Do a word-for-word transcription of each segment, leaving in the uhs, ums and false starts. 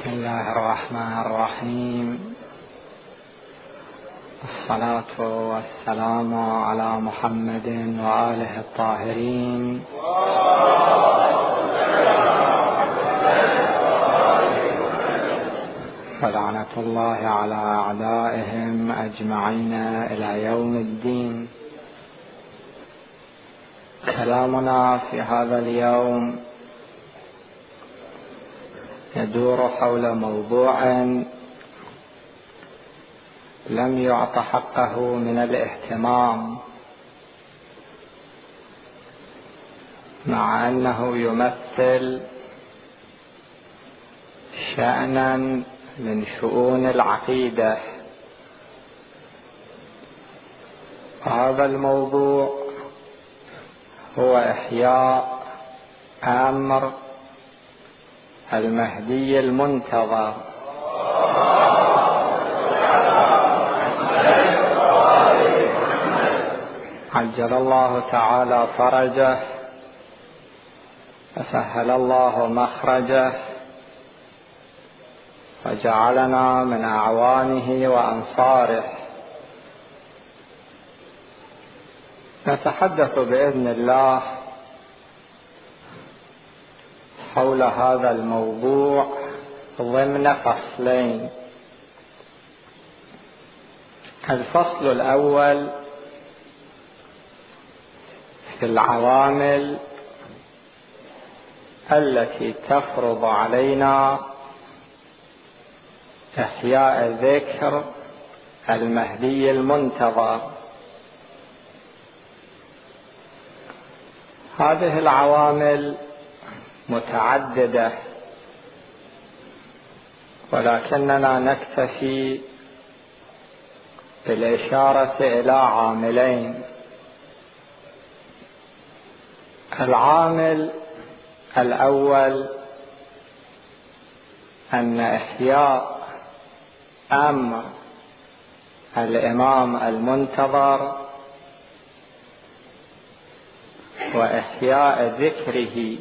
بسم الله الرحمن الرحيم. الصلاة والسلام على محمد وآله الطاهرين ولعنة الله على أعدائهم أجمعين إلى يوم الدين. كلامنا في هذا اليوم يدور حول موضوع لم يعط حقه من الاهتمام، مع أنه يمثل شأنا من شؤون العقيدة. هذا الموضوع هو إحياء أمر المهدي المنتظر عجل الله تعالى فرجه وسهل الله مخرجه وجعلنا من أعوانه وأنصاره. نتحدث بإذن الله حول هذا الموضوع ضمن فصلين. الفصل الأول في العوامل التي تفرض علينا إحياء ذكر المهدي المنتظر. هذه العوامل متعددة، ولكننا نكتفي بالإشارة إلى عاملين. العامل الأول أن إحياء أمر الإمام المنتظر وإحياء ذكره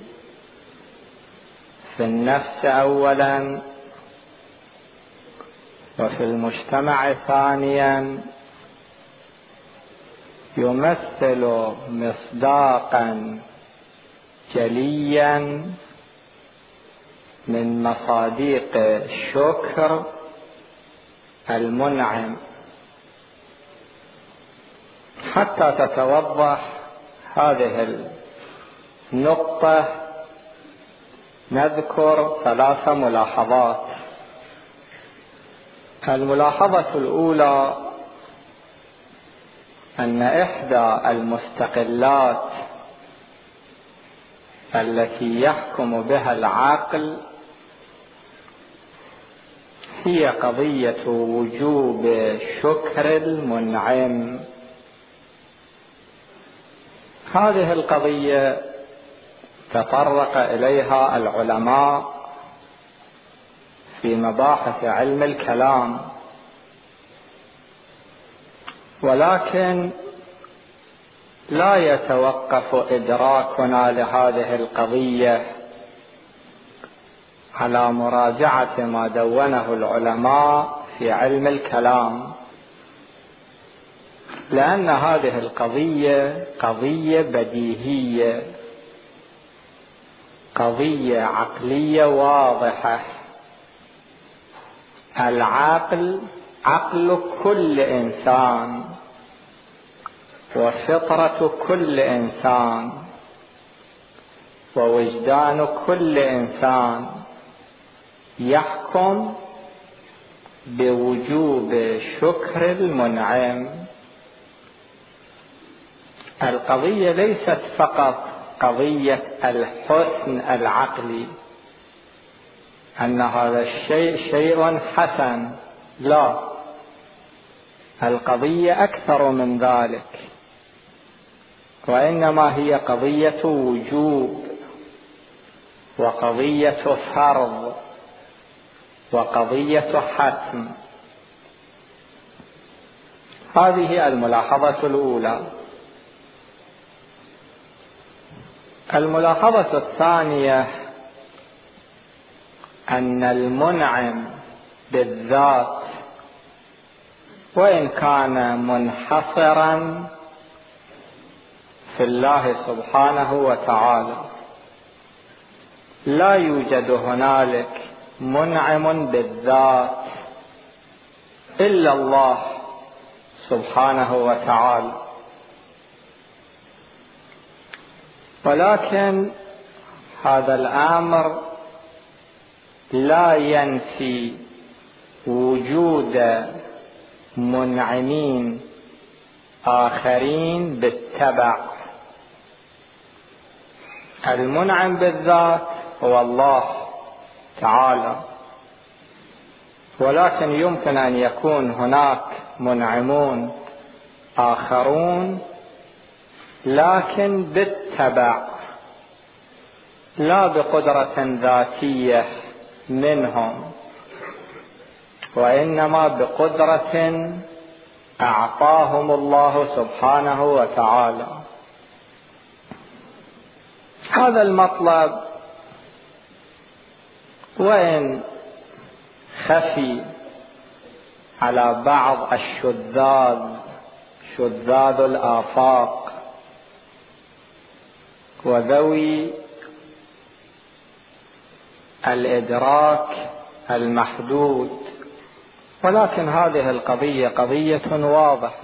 في النفس أولا وفي المجتمع ثانيا يمثل مصداقا جليا من مصادق الشكر المنعم. حتى تتوضح هذه النقطة نذكر ثلاث ملاحظات. الملاحظة الأولى أن إحدى المستقلات التي يحكم بها العقل هي قضية وجوب شكر المنعم. هذه القضية تطرق إليها العلماء في مباحث علم الكلام، ولكن لا يتوقف إدراكنا لهذه القضية على مراجعة ما دونه العلماء في علم الكلام، لأن هذه القضية قضية بديهية، قضية عقلية واضحة. العقل عقل كل إنسان وفطرة كل إنسان ووجدان كل إنسان يحكم بوجوب شكر المنعم. القضية ليست فقط قضية الحسن العقلي، أن هذا الشيء شيء حسن، لا، القضية أكثر من ذلك، وإنما هي قضية وجوب وقضية فرض وقضية حتم. هذه الملاحظة الأولى. الملاحظة الثانية أن المنعم بالذات وإن كان منحصرا في الله سبحانه وتعالى، لا يوجد هنالك منعم بالذات إلا الله سبحانه وتعالى. ولكن هذا الأمر لا ينفي وجود منعمين آخرين بالتبع. المنعم بالذات هو الله تعالى، ولكن يمكن أن يكون هناك منعمون آخرون لكن بالتبع، لا بقدرة ذاتية منهم، وإنما بقدرة أعطاهم الله سبحانه وتعالى. هذا المطلب وإن خفي على بعض الشذاذ شذاذ الآفاق وذوي الإدراك المحدود، ولكن هذه القضية قضية واضحة.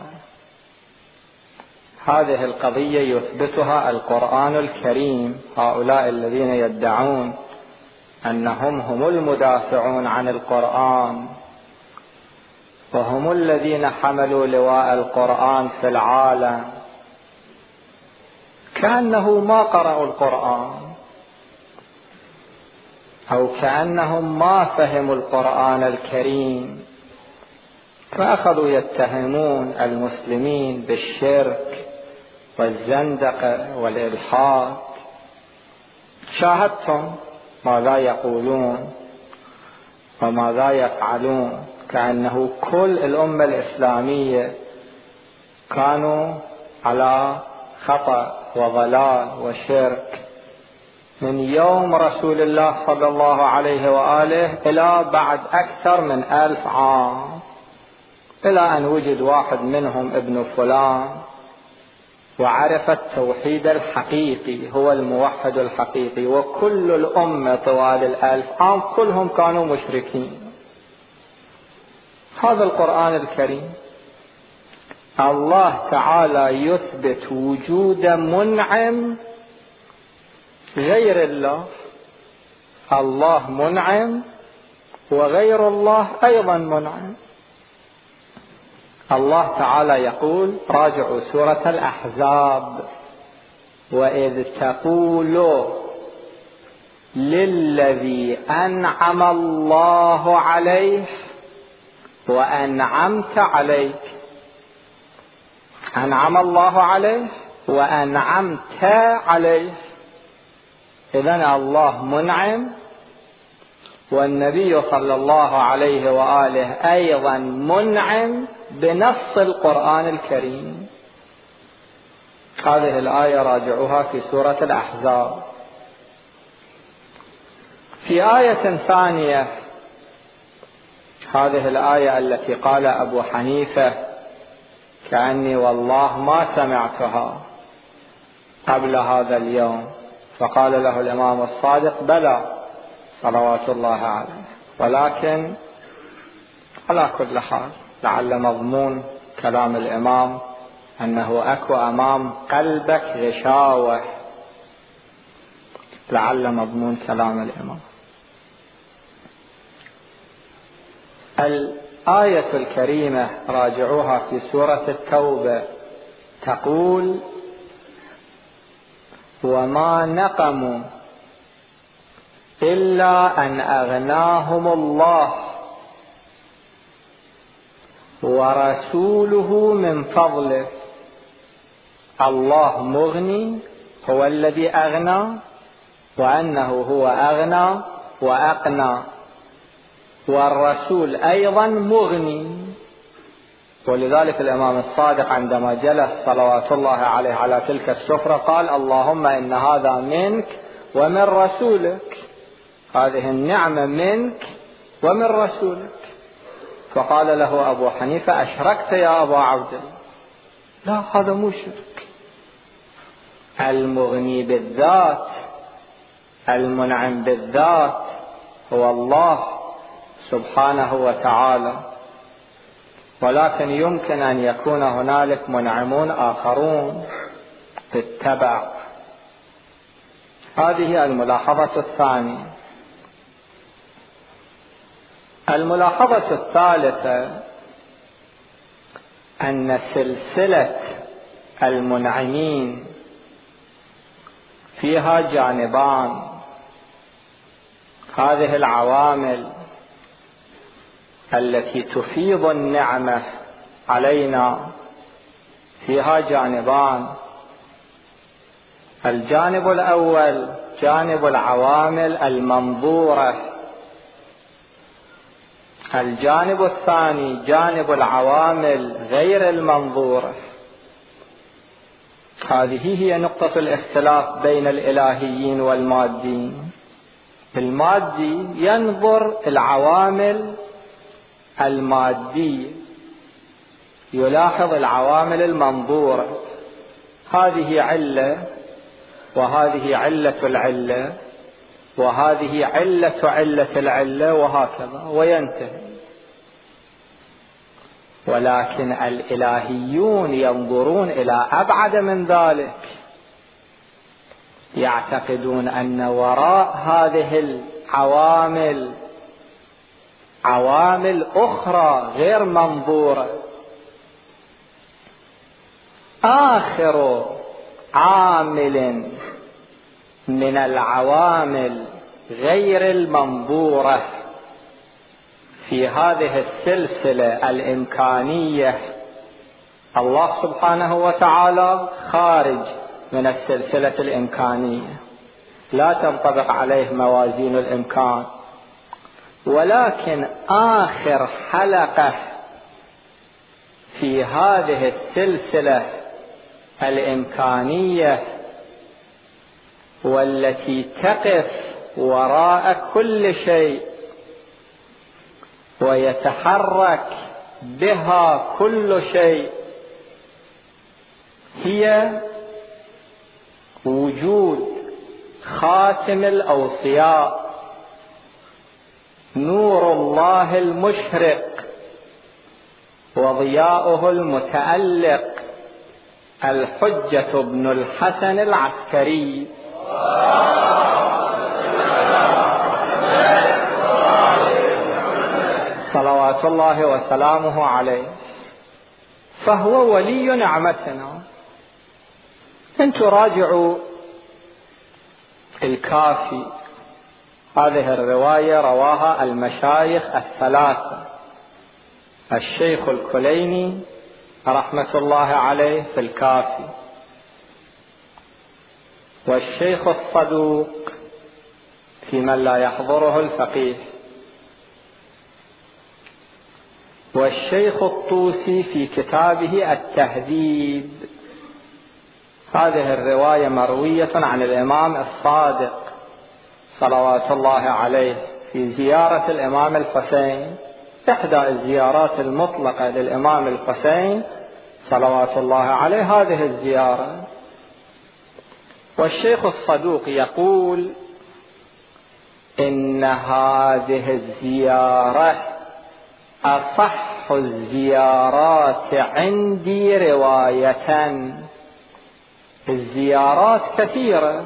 هذه القضية يثبتها القرآن الكريم. هؤلاء الذين يدعون أنهم هم المدافعون عن القرآن وهم الذين حملوا لواء القرآن في العالم كأنه ما قرأوا القرآن، أو كأنهم ما فهموا القرآن الكريم، فأخذوا يتهمون المسلمين بالشرك والزندقة والإلحاد. شاهدتم ماذا يقولون وماذا يفعلون، كأنه كل الأمة الإسلامية كانوا على خطأ وضلال وشرك من يوم رسول الله صلى الله عليه وآله إلى بعد أكثر من ألف عام، إلى أن وجد واحد منهم ابن فلان وعرف التوحيد الحقيقي، هو الموحد الحقيقي، وكل الأمة طوال الألف عام كلهم كانوا مشركين. هذا القرآن الكريم الله تعالى يثبت وجود منعم غير الله. الله منعم وغير الله أيضا منعم. الله تعالى يقول، راجعوا سورة الأحزاب، وإذ تقول للذي أنعم الله عليه وأنعمت عليك. أنعم الله عليه وأنعمت عليه، إذن الله منعم، والنبي صلى الله عليه وآله أيضا منعم بنص القرآن الكريم. هذه الآية راجعوها في سورة الأحزاب. في آية ثانية، هذه الآية التي قال أبو حنيفة كأني والله ما سمعتها قبل هذا اليوم، فقال له الإمام الصادق بلى صلوات الله عليه، ولكن على كل حال لعل مضمون كلام الإمام أنه أكو أمام قلبك غشاوة، لعل مضمون كلام الإمام. الآية الكريمة راجعوها في سورة التوبة، تقول وما نقموا إلا أن أغناهم الله ورسوله من فضله. الله مغني، هو الذي أغنى، وأنه هو أغنى وأقنى، والرسول أيضا مغني. ولذلك الإمام الصادق عندما جلس صلوات الله عليه على تلك السفرة قال اللهم إن هذا منك ومن رسولك. هذه النعمة منك ومن رسولك. فقال له أبو حنيفة: أشركت يا أبا عبد الله؟ لا، هذا مو شرك. المغني بالذات المنعم بالذات هو الله سبحانه وتعالى، ولكن يمكن أن يكون هنالك منعمون آخرون بالتبع. هذه الملاحظة الثانية. الملاحظة الثالثة أن سلسلة المنعمين فيها جانبان. هذه العوامل التي تفيض النعمة علينا فيها جانبان. الجانب الأول جانب العوامل المنظورة، الجانب الثاني جانب العوامل غير المنظورة. هذه هي نقطة الاختلاف بين الإلهيين والماديين. المادي ينظر العوامل المادية، يلاحظ العوامل المنظورة، هذه علة وهذه علة العلة وهذه علة علة العلة وهكذا وينتهي. ولكن الإلهيون ينظرون إلى أبعد من ذلك، يعتقدون أن وراء هذه العوامل عوامل أخرى غير منظورة. آخر عامل من العوامل غير المنظورة في هذه السلسلة الإمكانية، الله سبحانه وتعالى خارج من السلسلة الإمكانية، لا تنطبق عليه موازين الإمكان. ولكن آخر حلقة في هذه السلسلة الإمكانية والتي تقف وراء كل شيء ويتحرك بها كل شيء، هي وجود خاتم الأوصياء، نور الله المشرق وضياؤه المتألق، الحجة بن الحسن العسكري صلوات الله وسلامه عليه. فهو ولي نعمتنا. إن تراجعوا الكافي، هذه الرواية رواها المشايخ الثلاثة: الشيخ الكليني رحمة الله عليه في الكافي، والشيخ الصدوق في من لا يحضره الفقيه، والشيخ الطوسي في كتابه التهذيب. هذه الرواية مروية عن الإمام الصادق صلوات الله عليه في زيارة الإمام الحسين، إحدى الزيارات المطلقة للإمام الحسين صلوات الله عليه هذه الزيارة. والشيخ الصدوق يقول: إن هذه الزيارة أصح الزيارات عندي رواية. الزيارات كثيرة،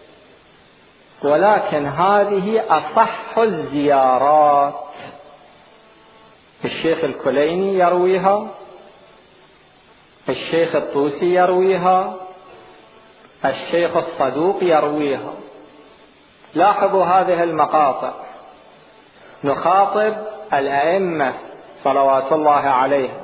ولكن هذه أصح الزيارات. الشيخ الكليني يرويها، الشيخ الطوسي يرويها، الشيخ الصدوق يرويها. لاحظوا هذه المقاطع. نخاطب الأئمة صلوات الله عليهم: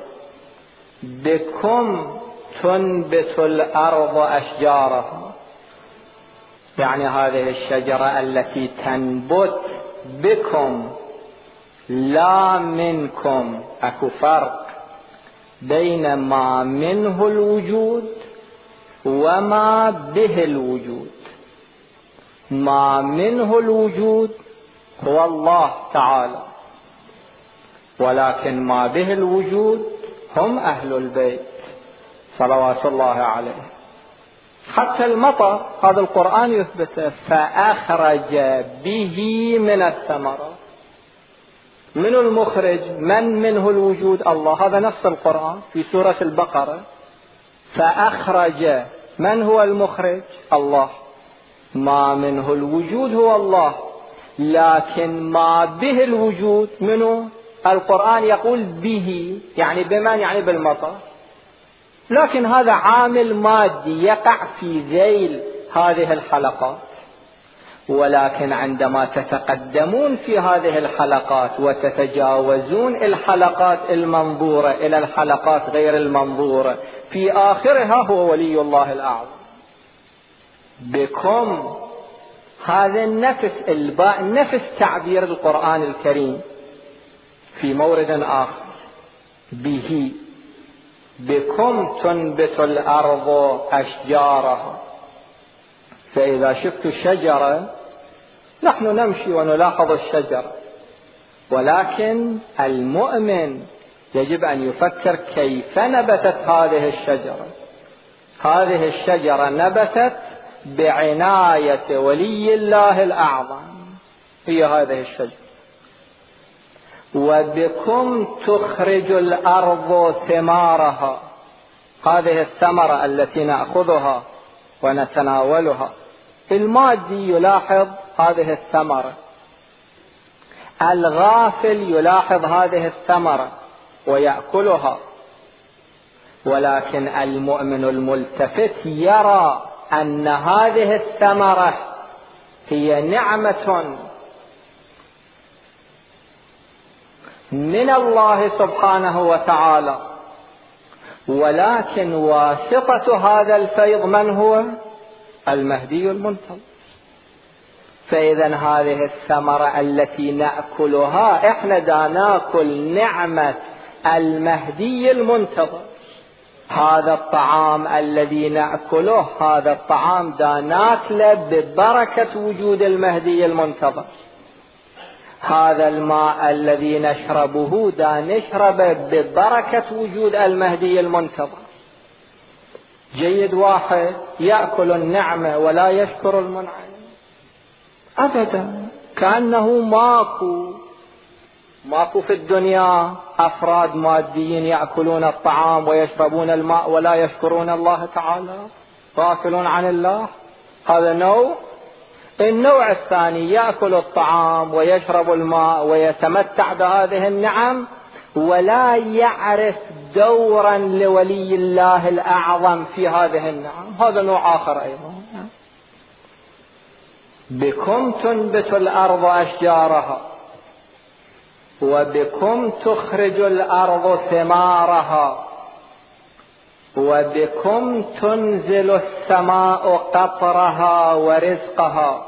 بكم تنبت الأرض أشجارها، يعني هذه الشجرة التي تنبت بكم لا منكم. أكو فرق بين ما منه الوجود وما به الوجود. ما منه الوجود هو الله تعالى، ولكن ما به الوجود هم أهل البيت صلوات الله عليه. حتى المطر هذا القرآن يثبته، فأخرج به من الثمرات. من المخرج؟ من منه الوجود؟ الله. هذا نص القرآن في سورة البقرة. فأخرج، من هو المخرج؟ الله. ما منه الوجود هو الله، لكن ما به الوجود منه؟ القرآن يقول به، يعني بمن؟ يعني بالمطر. لكن هذا عامل مادي يقع في ذيل هذه الحلقات. ولكن عندما تتقدمون في هذه الحلقات وتتجاوزون الحلقات المنظورة إلى الحلقات غير المنظورة، في آخرها هو ولي الله الأعظم. بكم، هذا النفس الباء نفس تعبير القرآن الكريم في مورد آخر. به، بكم تنبت الأرض أشجارها. فإذا شفت شجرة، نحن نمشي ونلاحظ الشجرة، ولكن المؤمن يجب أن يفكر كيف نبتت هذه الشجرة. هذه الشجرة نبتت بعناية ولي الله الأعظم، هي هذه الشجرة. وبكم تخرج الأرض ثمارها، هذه الثمرة التي نأخذها ونتناولها. المادي يلاحظ هذه الثمرة، الغافل يلاحظ هذه الثمرة ويأكلها، ولكن المؤمن الملتفت يرى أن هذه الثمرة هي نعمة من الله سبحانه وتعالى، ولكن واسطة هذا الفيض من هو؟ المهدي المنتظر. فإذا هذه الثمرة التي نأكلها، إحنا دا ناكل نعمة المهدي المنتظر. هذا الطعام الذي نأكله، هذا الطعام دا ناكله ببركة وجود المهدي المنتظر. هذا الماء الذي نشربه دا نشربه ببركة وجود المهدي المنتظر. جيد واحد يأكل النعمة ولا يشكر المنعم؟ أبدا، كأنه ماكو ماكو في الدنيا أفراد ماديين يأكلون الطعام ويشربون الماء ولا يشكرون الله تعالى، غافلون عن الله. هذا نوع. النوع الثاني يأكل الطعام ويشرب الماء ويتمتع بهذه النعم ولا يعرف دورا لولي الله الأعظم في هذه النعم، هذا نوع آخر أيضا. بكم تنبت الأرض أشجارها وبكم تخرج الأرض ثمارها وبكم تنزل السماء قطرها ورزقها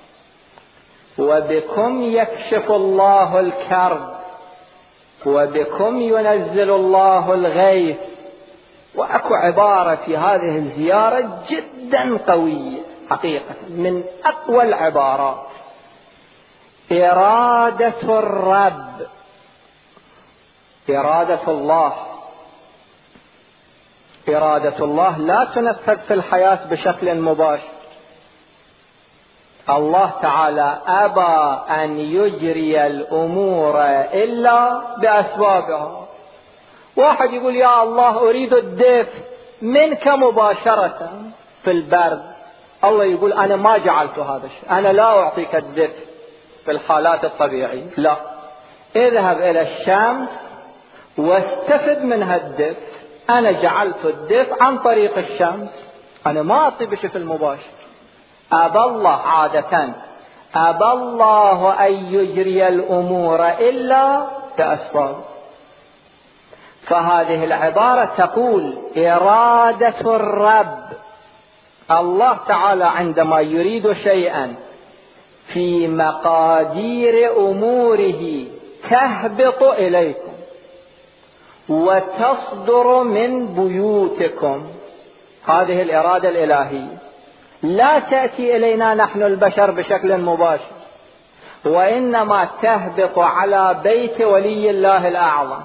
وبكم يكشف الله الكرب وبكم ينزل الله الغيث. وأكو عبارة في هذه الزيارة جدا قوية حقيقة، من أقوى العبارات: إرادة الرب، إرادة الله. إرادة الله لا تنفذ في الحياة بشكل مباشر. الله تعالى أبى أن يجري الأمور إلا بأسبابها. واحد يقول: يا الله أريد الدفء منك مباشرة في البرد. الله يقول: أنا ما جعلت هذا الشيء، أنا لا أعطيك الدفء في الحالات الطبيعية، لا، اذهب إلى الشمس واستفد منها الدفء. أنا جعلت الدفء عن طريق الشمس، أنا ما أعطي بشكل مباشر. أبى الله عادة أبى الله أن يجري الأمور إلا بأسباب. فهذه العبارة تقول إرادة الرب. الله تعالى عندما يريد شيئا في مقادير أموره تهبط إليكم وتصدر من بيوتكم، هذه الإرادة الإلهية لا تأتي إلينا نحن البشر بشكل مباشر، وإنما تهبط على بيت ولي الله الأعظم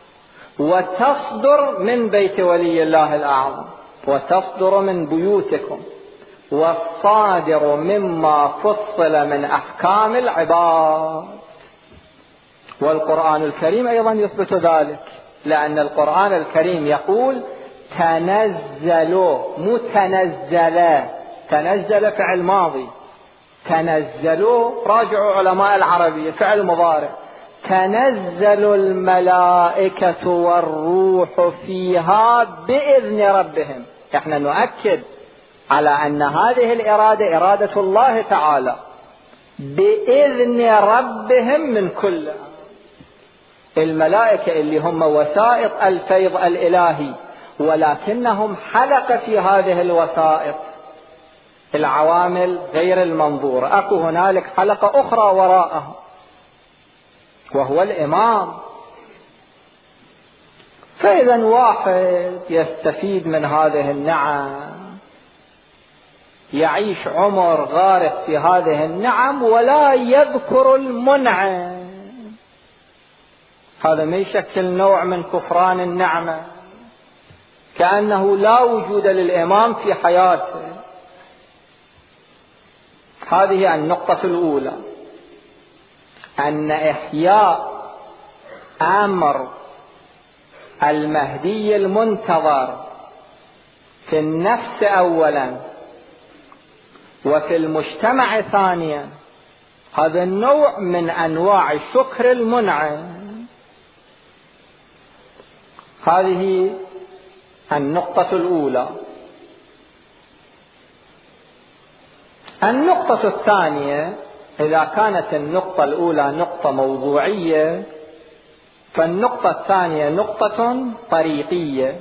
وتصدر من بيت ولي الله الأعظم وتصدر من بيوتكم، والصادر مما فصل من أحكام العباد. والقرآن الكريم أيضا يثبت ذلك، لأن القرآن الكريم يقول تنزلوا متنزلا، تنزل فعل ماضي، تنزلوا راجعوا علماء العربية فعل مضارع، تنزل الملائكة والروح فيها بإذن ربهم. احنا نؤكد على أن هذه الإرادة إرادة الله تعالى بإذن ربهم من كل الملائكة اللي هم وسائط الفيض الإلهي، ولكنهم حلقة في هذه الوسائط، العوامل غير المنظورة، أكو هنالك حلقة أخرى وراءها وهو الإمام. فإذا واحد يستفيد من هذه النعم، يعيش عمر غارق في هذه النعم ولا يذكر المنعم، هذا ما يشكل نوع من كفران النعمة، كأنه لا وجود للإمام في حياته. هذه النقطة الأولى، أن إحياء أمر المهدي المنتظر في النفس أولا وفي المجتمع ثانيا، هذا النوع من أنواع شكر المنعم. هذه النقطة الأولى. النقطة الثانية، إذا كانت النقطة الأولى نقطة موضوعية، فالنقطة الثانية نقطة طريقية،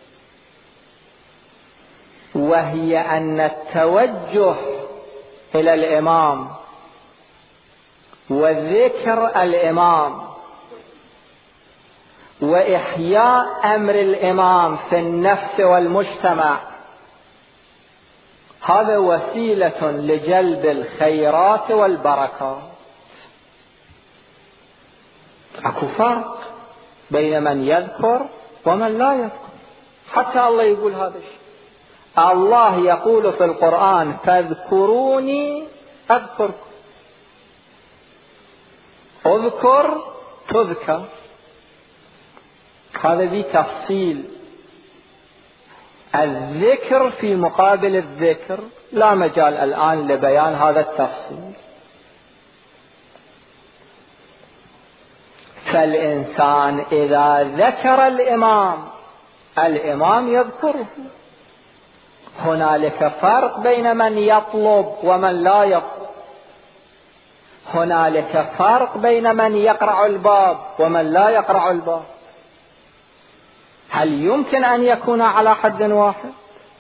وهي أن التوجه إلى الإمام وذكر الإمام وإحياء أمر الإمام في النفس والمجتمع، هذا وسيلة لجلب الخيرات والبركات. أكو فرق بين من يذكر ومن لا يذكر، حتى الله يقول هذا الشيء. الله يقول في القرآن فاذكروني أذكركم، اذكر تذكر، هذا بتفصيل. الذكر في مقابل الذكر، لا مجال الآن لبيان هذا التفصيل. فالإنسان إذا ذكر الإمام، الإمام يذكره. هنالك فرق بين من يطلب ومن لا يطلب، هنالك فرق بين من يقرع الباب ومن لا يقرع الباب. هل يمكن أن يكون على حد واحد؟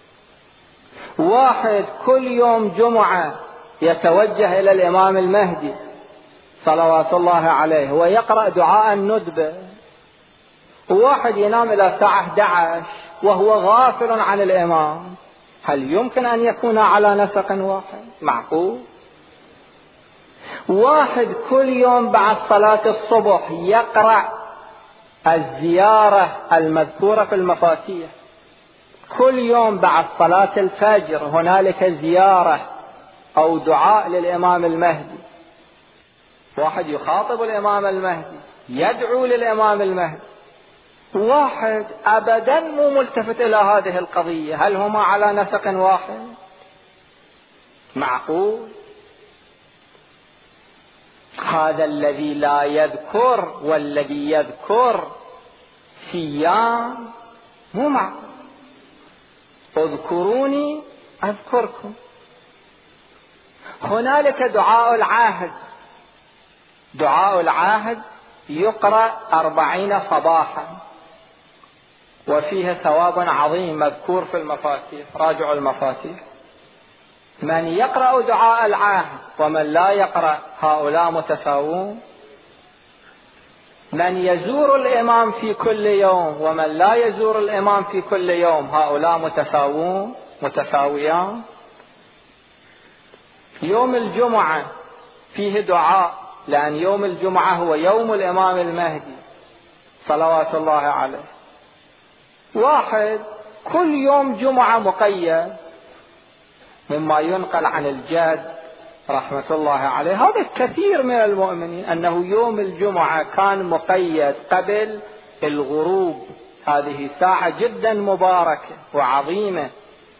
واحد كل يوم جمعة يتوجه إلى الإمام المهدي صلوات الله عليه ويقرأ دعاء الندبة، وواحد ينام إلى الساعة أحد عشر وهو غافل عن الإمام. هل يمكن أن يكون على نسق واحد؟ معقول؟ واحد كل يوم بعد صلاة الصبح يقرأ الزيارة المذكورة في المفاتيح، كل يوم بعد صلاة الفجر هنالك زيارة أو دعاء للإمام المهدي، واحد يخاطب الإمام المهدي، يدعو للإمام المهدي، واحد أبدا مو ملتفت إلى هذه القضية. هل هما على نسق واحد؟ معقول؟ هذا الذي لا يذكر والذي يذكر سيان مو معقول. اذكروني أذكركم. هنالك دعاء العهد، دعاء العهد يقرأ أربعين صباحا وفيه ثواب عظيم مذكور في المفاتيح، راجعوا المفاتيح. من يقرأ دعاء العهد ومن لا يقرأ هؤلاء متساوون. من يزور الإمام في كل يوم ومن لا يزور الإمام في كل يوم هؤلاء متساوون متساويان. يوم الجمعة فيه دعاء، لأن يوم الجمعة هو يوم الإمام المهدي صلوات الله عليه. واحد كل يوم جمعة مقيد، مما ينقل عن الجد رحمة الله عليه، هذا كثير من المؤمنين، أنه يوم الجمعة كان مقيد قبل الغروب. هذه ساعة جدا مباركة وعظيمة.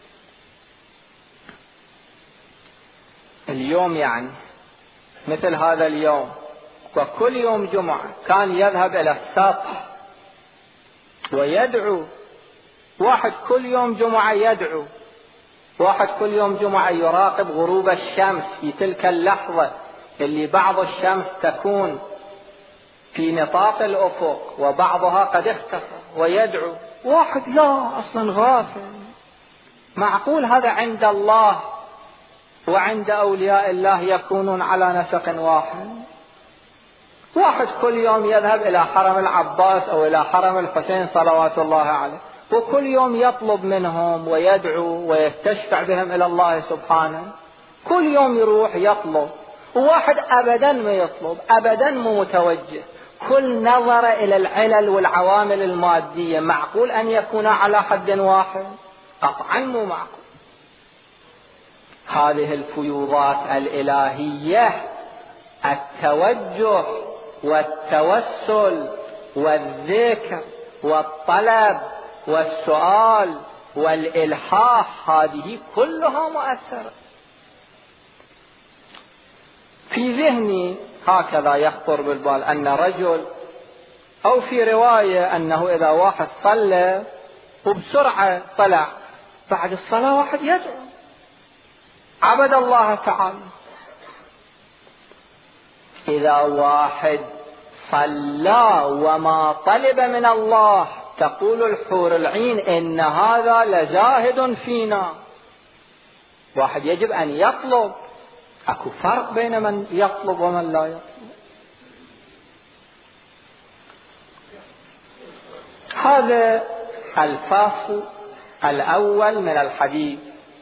اليوم يعني مثل هذا اليوم، وكل يوم جمعة كان يذهب إلى السطح ويدعو. واحد كل يوم جمعة يدعو، واحد كل يوم جمعة يراقب غروب الشمس في تلك اللحظة اللي بعض الشمس تكون في نطاق الأفق وبعضها قد اختفى، ويدعو. واحد لا، أصلا غافل. معقول هذا عند الله وعند أولياء الله يكونون على نسق واحد؟ واحد كل يوم يذهب إلى حرم العباس أو إلى حرم الحسين صلوات الله عليه، وكل يوم يطلب منهم ويدعو ويستشفع بهم إلى الله سبحانه. كل يوم يروح يطلب، وواحد أبدا ما يطلب، أبدا مو متوجه، كل نظر إلى العلل والعوامل المادية. معقول أن يكون على حد واحد؟ قطعا مو معقول. هذه الفيوضات الإلهية، التوجه والتوسل والذكر والطلب والسؤال والإلحاح، هذه كلها مؤثرة. في ذهني هكذا يخطر بالبال أن رجل، أو في رواية أنه إذا واحد صلى وبسرعة طلع بعد الصلاة واحد يدعو، عبد الله تعالى. إذا واحد صلى وما طلب من الله، تقول الحور العين إن هذا لزاهد فينا. واحد يجب أن يطلب، أكو فرق بين من يطلب ومن لا يطلب. هذا الفصل الأول من الحديث.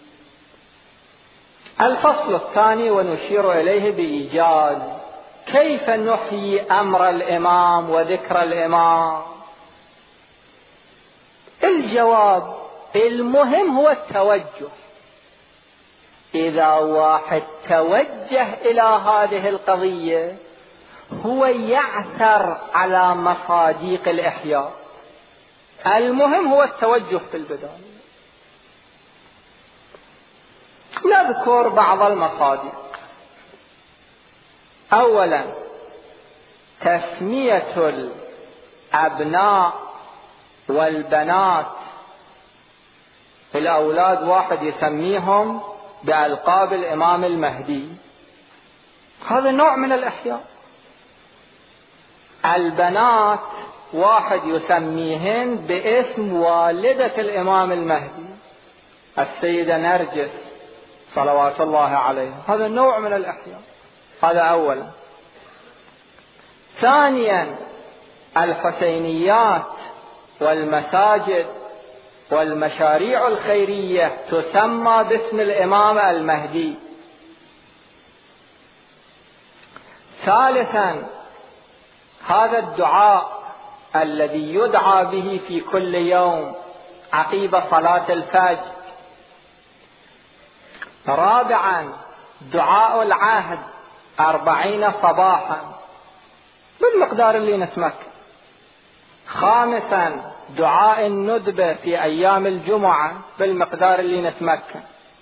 الفصل الثاني ونشير إليه بإيجاز: كيف نحيي أمر الإمام وذكر الإمام؟ الجواب المهم هو التوجه. إذا واحد توجه إلى هذه القضية هو يعثر على مصاديق الإحياء. المهم هو التوجه في البداية. نذكر بعض المصادق. أولا، تسمية الأبناء والبنات، الأولاد واحد يسميهم بألقاب الإمام المهدي، هذا نوع من الإحياء. البنات واحد يسميهن باسم والدة الإمام المهدي السيدة نرجس صلوات الله عليها، هذا نوع من الإحياء. هذا أولا. ثانيا، الحسينيات والمساجد والمشاريع الخيرية تسمى باسم الإمام المهدي. ثالثا، هذا الدعاء الذي يدعى به في كل يوم عقيب صلاة الفجر. رابعا، دعاء العهد أربعين صباحا بالمقدار اللي نسمك. خامسا، دعاء الندبة في أيام الجمعة بالمقدار اللي نتمكن.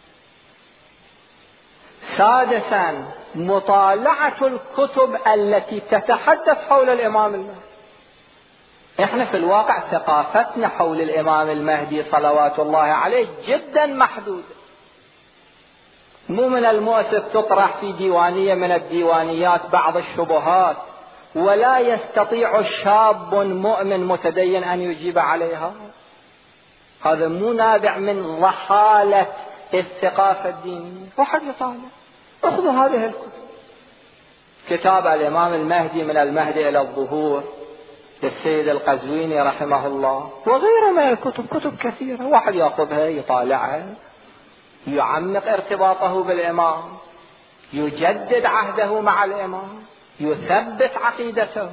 سادسا، مطالعة الكتب التي تتحدث حول الإمام المهدي. احنا في الواقع ثقافتنا حول الإمام المهدي صلوات الله عليه جدا محدودة. مو من المؤسف تطرح في ديوانية من الديوانيات بعض الشبهات ولا يستطيع شاب مؤمن متدين أن يجيب عليها. هذا مو نابع من ضحالة الثقافة الدينية. واحد يطالع، اخذوا هذه الكتب. كتاب الإمام المهدي من المهدي إلى الظهور للسيد القزويني رحمه الله، وغيره من الكتب، كتب كثيرة. واحد يأخذها يطالعها، يعمق ارتباطه بالإمام، يجدد عهده مع الإمام، يثبت عقيدته.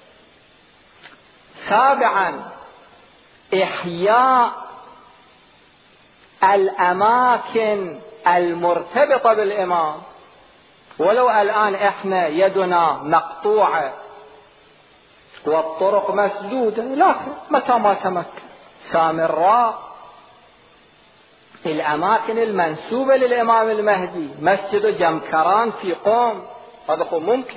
سابعا إحياء الأماكن المرتبطة بالإمام، ولو الآن إحنا يدنا مقطوعة والطرق مسدودة، لكن متى ما تمكن سامراء الأماكن المنسوبة للإمام المهدي، مسجد جمكران في قوم، هذا ممكن.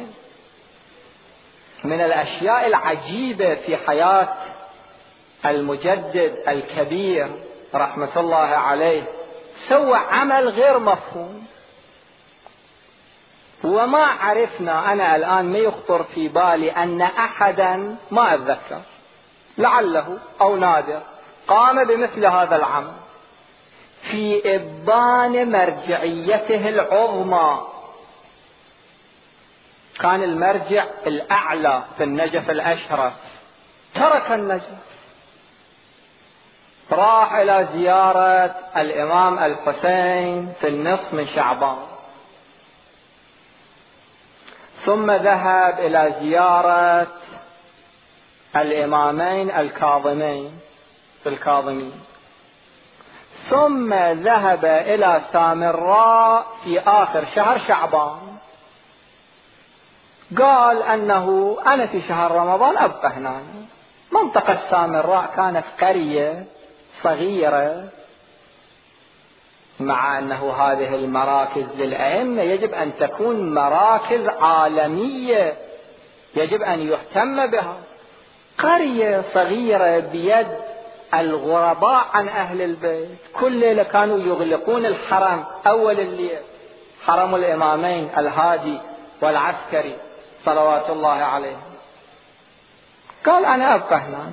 من الأشياء العجيبة في حياة المجدد الكبير رحمة الله عليه، سوى عمل غير مفهوم، وما عرفنا. أنا الآن ما يخطر في بالي أن أحدا، ما أتذكر، لعله أو نادر، قام بمثل هذا العمل في إبان مرجعيته العظمى. كان المرجع الأعلى في النجف الأشرف، ترك النجف، راح إلى زيارة الإمام الحسين في النصف من شعبان، ثم ذهب إلى زيارة الإمامين الكاظمين في الكاظمين، ثم ذهب إلى سامراء في آخر شهر شعبان. قال أنه أنا في شهر رمضان أبقى هنا. منطقة سامراء كانت قرية صغيرة، مع أنه هذه المراكز للأئمة يجب أن تكون مراكز عالمية، يجب أن يهتم بها. قرية صغيرة بيد الغرباء عن أهل البيت، كل ليلة كانوا يغلقون الحرم أول الليل، حرم الإمامين الهادي والعسكري صلوات الله عليهم. قال أنا أبقى هنا.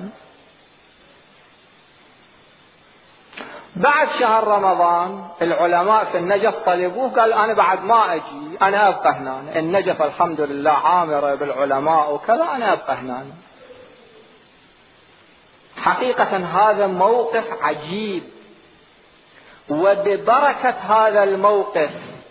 بعد شهر رمضان العلماء في النجف طلبوه، قال أنا بعد ما أجي، أنا أبقى هنا. النجف الحمد لله عامرة بالعلماء وكذا، أنا أبقى هنا. حقيقة هذا موقف عجيب، وببركة هذا الموقف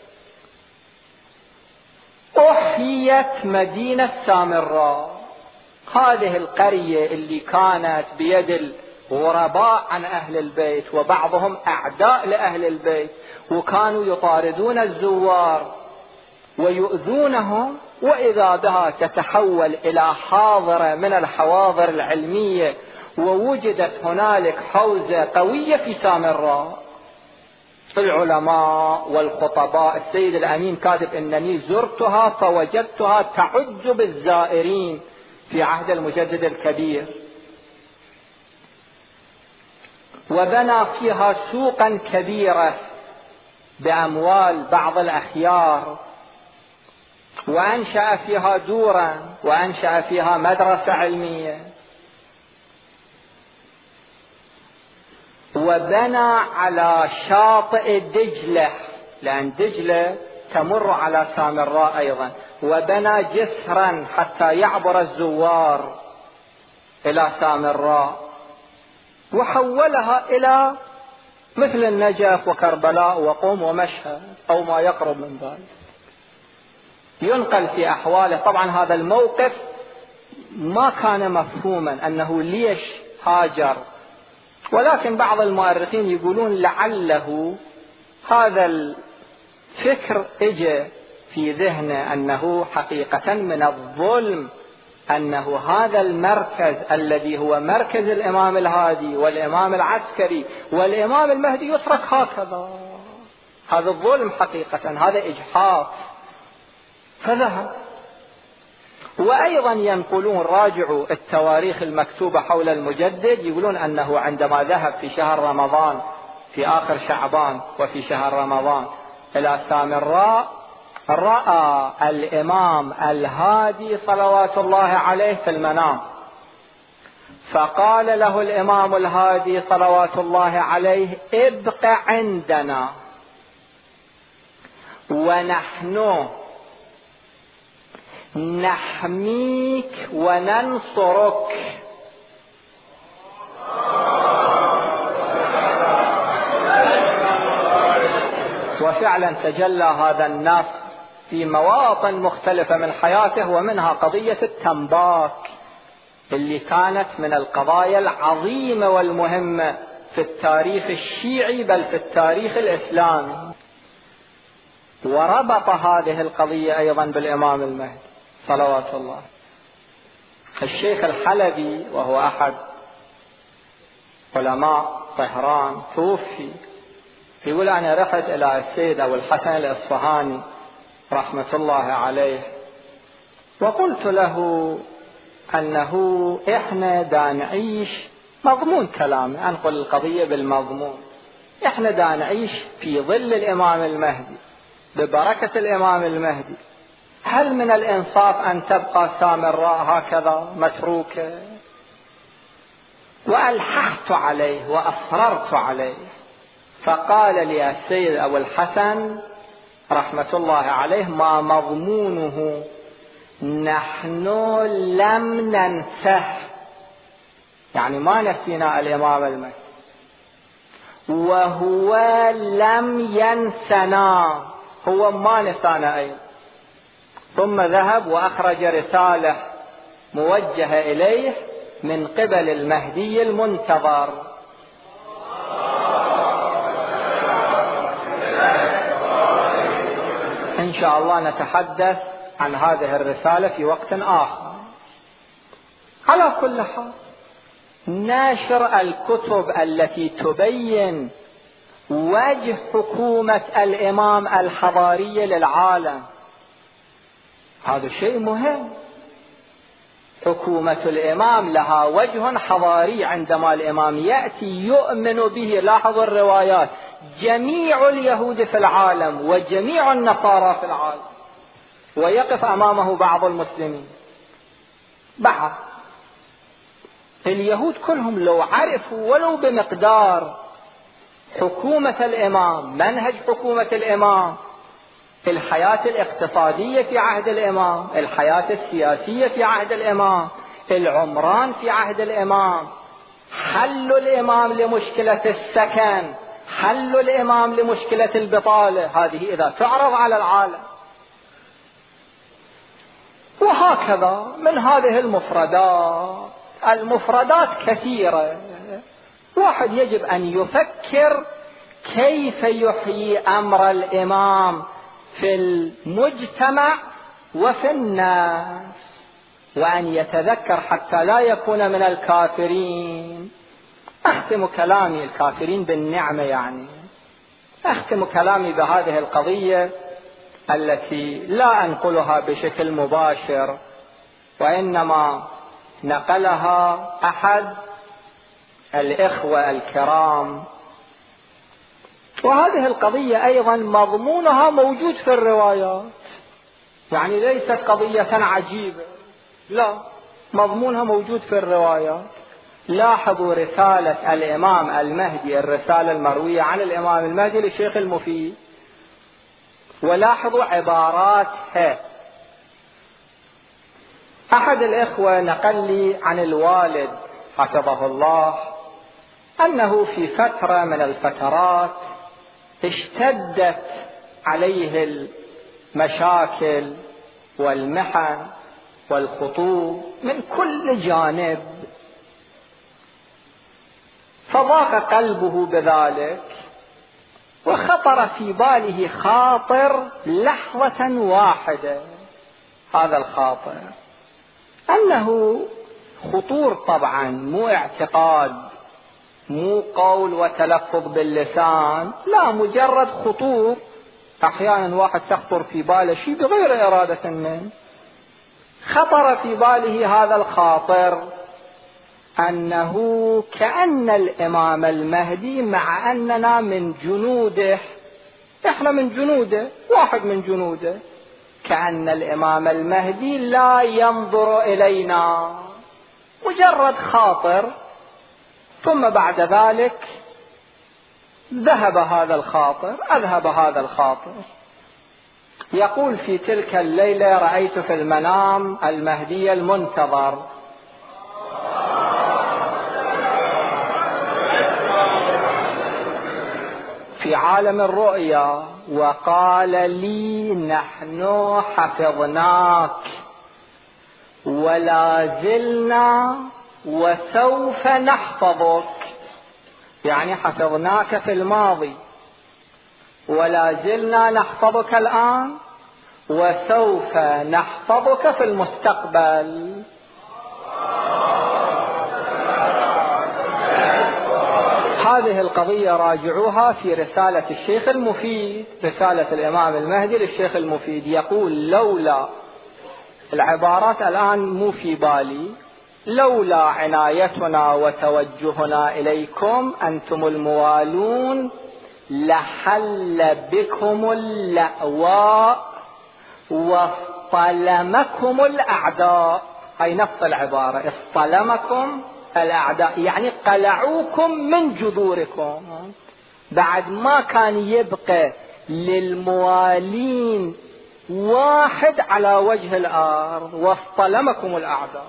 أحيت مدينة سامراء، هذه القرية اللي كانت بيد الغرباء عن أهل البيت وبعضهم أعداء لأهل البيت، وكانوا يطاردون الزوار ويؤذونهم، وإذا بها تتحول إلى حاضرة من الحواضر العلمية، ووجدت هنالك حوزة قوية في سامراء. العلماء والخطباء، السيد الأمين كاتب إنني زرتها فوجدتها تعج بالزائرين في عهد المجدد الكبير، وبنى فيها سوقا كبيرة بأموال بعض الأخيار، وأنشأ فيها دورا، وأنشأ فيها مدرسة علمية، وبنى على شاطئ دجلة، لأن دجلة تمر على سامراء أيضا، وبنى جسرا حتى يعبر الزوار إلى سامراء، وحولها إلى مثل النجف وكربلاء وقوم ومشهد أو ما يقرب من ذلك. ينقل في أحواله. طبعا هذا الموقف ما كان مفهوما أنه ليش هاجر، ولكن بعض المؤرخين يقولون لعله هذا الفكر اجى في ذهنه أنه حقيقة من الظلم أنه هذا المركز الذي هو مركز الإمام الهادي والإمام العسكري والإمام المهدي يترك هكذا. هذا الظلم حقيقة، هذا إجحاف، فذهب. وأيضا ينقلون، راجعوا التواريخ المكتوبة حول المجدد، يقولون أنه عندما ذهب في شهر رمضان في آخر شعبان وفي شهر رمضان إلى سامراء، رأى الإمام الهادي صلوات الله عليه في المنام، فقال له الإمام الهادي صلوات الله عليه ابق عندنا ونحن نحميك وننصرك. وفعلا تجلى هذا النصر في مواطن مختلفة من حياته، ومنها قضية التنباك اللي كانت من القضايا العظيمة والمهمة في التاريخ الشيعي بل في التاريخ الإسلامي. وربط هذه القضية أيضا بالإمام المهدي صلوات الله. الشيخ الحلبي وهو أحد علماء طهران توفي، يقول أنا رحت إلى السيد أبو الحسن الإصفهاني رحمة الله عليه وقلت له أنه إحنا دا نعيش مضمون كلامي، أنقل القضية بالمضمون، إحنا دا نعيش في ظل الإمام المهدي ببركة الإمام المهدي، هل من الإنصاف أن تبقى سامراء هكذا متروكة؟ وألححت عليه وأصررت عليه، فقال لي السيد أبو الحسن رحمة الله عليه ما مضمونه نحن لم ننسه، يعني ما نسينا الإمام المهدي، وهو لم ينسنا، هو ما نسانا أيضا. ثم ذهب وأخرج رسالة موجهة إليه من قبل المهدي المنتظر. إن شاء الله نتحدث عن هذه الرسالة في وقت آخر. على كل حال، نشر الكتب التي تبين وجه حكومة الإمام الحضارية للعالم هذا شيء مهم. حكومة الإمام لها وجه حضاري، عندما الإمام يأتي يؤمن به، لاحظوا الروايات، جميع اليهود في العالم وجميع النصارى في العالم، ويقف أمامه بعض المسلمين. بعض اليهود كلهم لو عرفوا ولو بمقدار حكومة الإمام، منهج حكومة الإمام، الحياة الاقتصادية في عهد الإمام، الحياة السياسية في عهد الإمام، العمران في عهد الإمام، حل الإمام لمشكلة السكن، حل الإمام لمشكلة البطالة، هذه إذا تعرض على العالم. وهكذا من هذه المفردات، المفردات كثيرة، واحد يجب أن يفكر كيف يحيي أمر الإمام في المجتمع وفي الناس، وأن يتذكر حتى لا يكون من الكافرين. أختم كلامي الكافرين بالنعمة، يعني أختم كلامي بهذه القضية التي لا أنقلها بشكل مباشر، وإنما نقلها أحد الإخوة الكرام، وهذه القضية أيضا مضمونها موجود في الروايات، يعني ليست قضية عجيبة، لا، مضمونها موجود في الروايات. لاحظوا رسالة الإمام المهدي، الرسالة المروية عن الإمام المهدي للشيخ المفيد، ولاحظوا عباراتها. أحد الإخوة نقل لي عن الوالد حفظه الله أنه في فترة من الفترات اشتدت عليه المشاكل والمحن والخطوب من كل جانب، فضاق قلبه بذلك، وخطر في باله خاطر لحظة واحدة. هذا الخاطر أنه خطور طبعا، مو اعتقاد، مو قول وتلفظ باللسان، لا، مجرد خطور. أحيانا واحد تخطر في باله شيء بغير إرادة منه. خطر في باله هذا الخاطر أنه كأن الإمام المهدي، مع أننا من جنوده، إحنا من جنوده، واحد من جنوده، كأن الإمام المهدي لا ينظر إلينا. مجرد خاطر، ثم بعد ذلك ذهب هذا الخاطر، أذهب هذا الخاطر. يقول في تلك الليلة رأيت في المنام المهدي المنتظر، في عالم الرؤيا وقال لي نحن حفظناك ولا زلنا وسوف نحفظك، يعني حفظناك في الماضي ولا زلنا نحفظك الآن وسوف نحفظك في المستقبل. هذه القضية راجعوها في رسالة الشيخ المفيد، رسالة الإمام المهدي للشيخ المفيد، يقول لولا، العبارات الآن مو في بالي، لولا عنايتنا وتوجهنا إليكم أنتم الموالون لحل بكم اللأواء واصطلمكم الأعداء. هاي نص العبارة، اصطلمكم الأعداء يعني قلعوكم من جذوركم، بعد ما كان يبقى للموالين واحد على وجه الأرض، واصطلمكم الأعداء.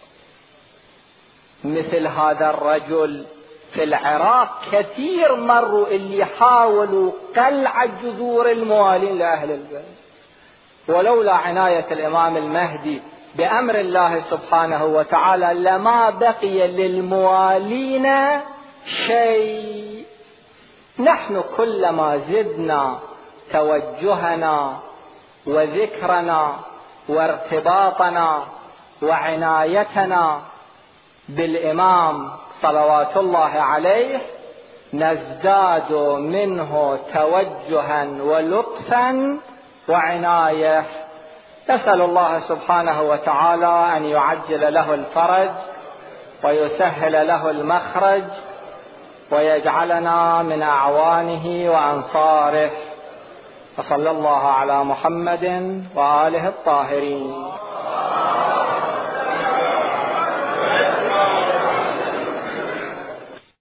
مثل هذا الرجل في العراق كثير مروا اللي حاولوا قلع جذور الموالين لأهل البيت، ولولا عناية الإمام المهدي بأمر الله سبحانه وتعالى لما بقي للموالين شيء. نحن كلما زدنا توجهنا وذكرنا وارتباطنا وعنايتنا بالإمام صلوات الله عليه نزداد منه توجها ولطفا وعناية. نسأل الله سبحانه وتعالى أن يعجل له الفرج ويسهل له المخرج ويجعلنا من أعوانه وأنصاره، وصلى الله على محمد وآله الطاهرين.